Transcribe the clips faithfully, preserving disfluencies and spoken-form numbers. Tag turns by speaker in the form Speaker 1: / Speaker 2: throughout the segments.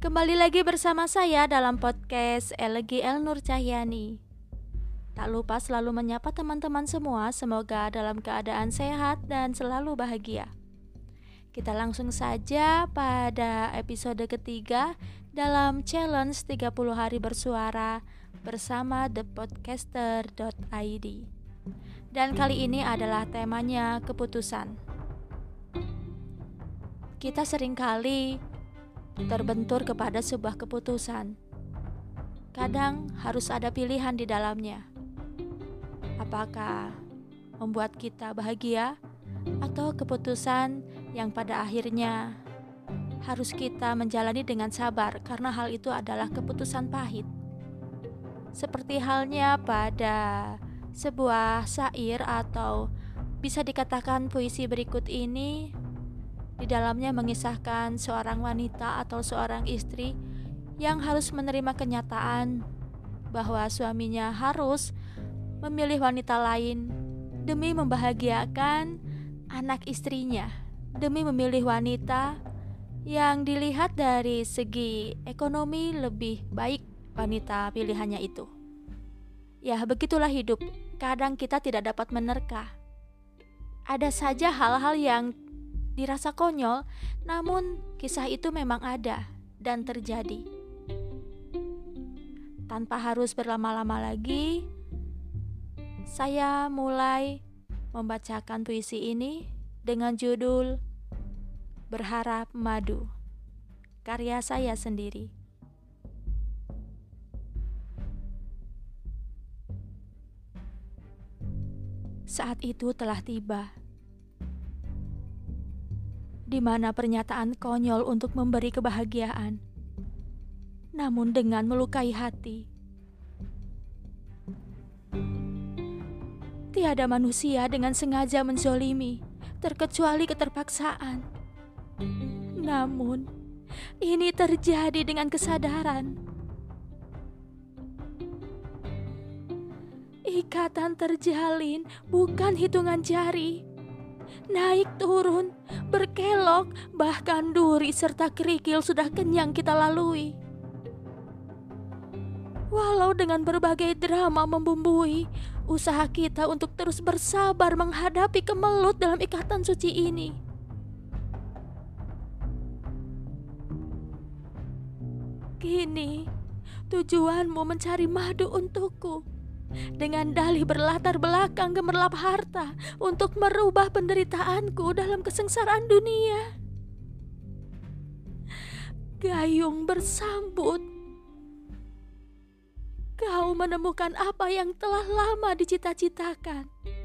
Speaker 1: Kembali lagi bersama saya dalam podcast Elegi El Nur Cahyani. Tak lupa selalu menyapa teman-teman semua, semoga dalam keadaan sehat dan selalu bahagia. Kita langsung saja pada episode ketiga dalam challenge tiga puluh hari bersuara bersama the podcaster dot i d. Dan kali ini adalah temanya keputusan. Kita seringkali terbentur kepada sebuah keputusan. Kadang harus ada pilihan di dalamnya. Apakah membuat kita bahagia atau keputusan yang pada akhirnya harus kita menjalani dengan sabar karena hal itu adalah keputusan pahit. Seperti halnya pada sebuah syair atau bisa dikatakan puisi berikut ini. Di dalamnya mengisahkan seorang wanita atau seorang istri yang harus menerima kenyataan bahwa suaminya harus memilih wanita lain demi membahagiakan anak istrinya, demi memilih wanita yang dilihat dari segi ekonomi lebih baik wanita pilihannya itu. Ya, begitulah hidup. Kadang kita tidak dapat menerka. Ada saja hal-hal yang dirasa konyol, namun kisah itu memang ada dan terjadi. Tanpa harus berlama-lama lagi, saya mulai membacakan puisi ini dengan judul Berharap Madu, karya saya sendiri. Saat itu telah tiba, di mana pernyataan konyol untuk memberi kebahagiaan, namun dengan melukai hati. Tiada manusia dengan sengaja menzolimi, terkecuali keterpaksaan. Namun, ini terjadi dengan kesadaran. Ikatan terjalin bukan hitungan jari. Naik turun, berkelok, bahkan duri serta kerikil sudah kenyang kita lalui. Walau dengan berbagai drama membumbui, usaha kita untuk terus bersabar menghadapi kemelut dalam ikatan suci ini. Kini, tujuanmu mencari madu untukku. Dengan dalih berlatar belakang gemerlap harta untuk merubah penderitaanku dalam kesengsaraan dunia. Gayung bersambut. Kau menemukan apa yang telah lama dicita-citakan.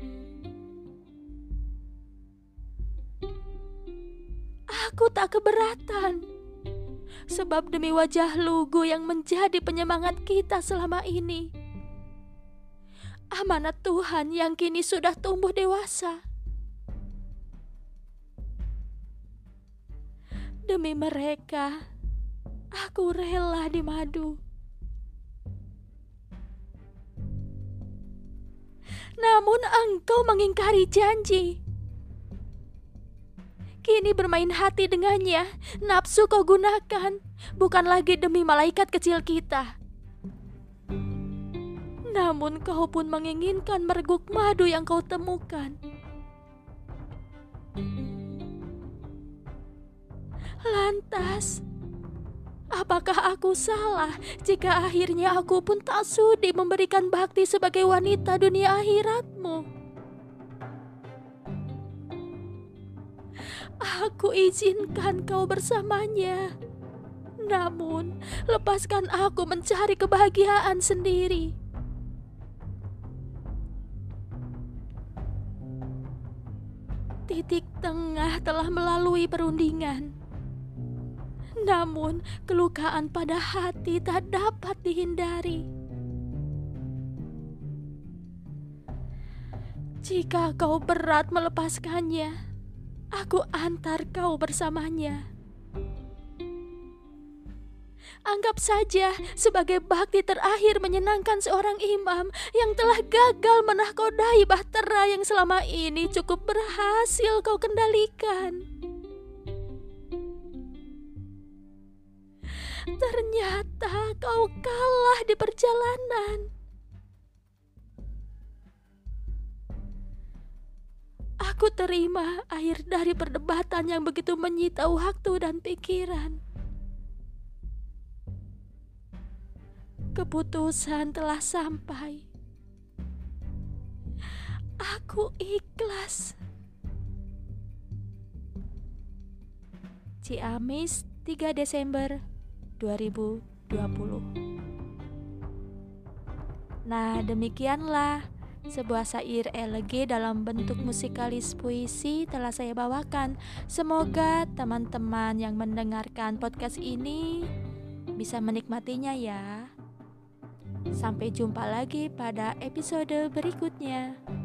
Speaker 1: Aku tak keberatan, sebab demi wajah lugu yang menjadi penyemangat kita selama ini. Amanat Tuhan yang kini sudah tumbuh dewasa. Demi mereka, aku rela dimadu. Namun engkau mengingkari janji. Kini bermain hati dengannya, nafsu kau gunakan, bukan lagi demi malaikat kecil kita. Namun kau pun menginginkan mereguk madu yang kau temukan. Lantas, apakah aku salah jika akhirnya aku pun tak sudi memberikan bakti sebagai wanita dunia akhiratmu? Aku izinkan kau bersamanya. Namun, lepaskan aku mencari kebahagiaan sendiri. Titik tengah telah melalui perundingan. Namun, kelukaan pada hati tak dapat dihindari. Jika kau berat melepaskannya, aku antar kau bersamanya. Anggap saja sebagai bakti terakhir menyenangkan seorang imam yang telah gagal menahkodai bahtera yang selama ini cukup berhasil kau kendalikan. ternyata kau kalah di perjalanan. Aku terima akhir dari perdebatan yang begitu menyita waktu dan pikiran. Keputusan telah sampai. Aku ikhlas. Ciamis, tiga Desember dua ribu dua puluh. Nah, demikianlah sebuah syair elege dalam bentuk musikalis puisi telah saya bawakan. Semoga teman-teman yang mendengarkan podcast ini bisa menikmatinya ya. Sampai jumpa lagi pada episode berikutnya.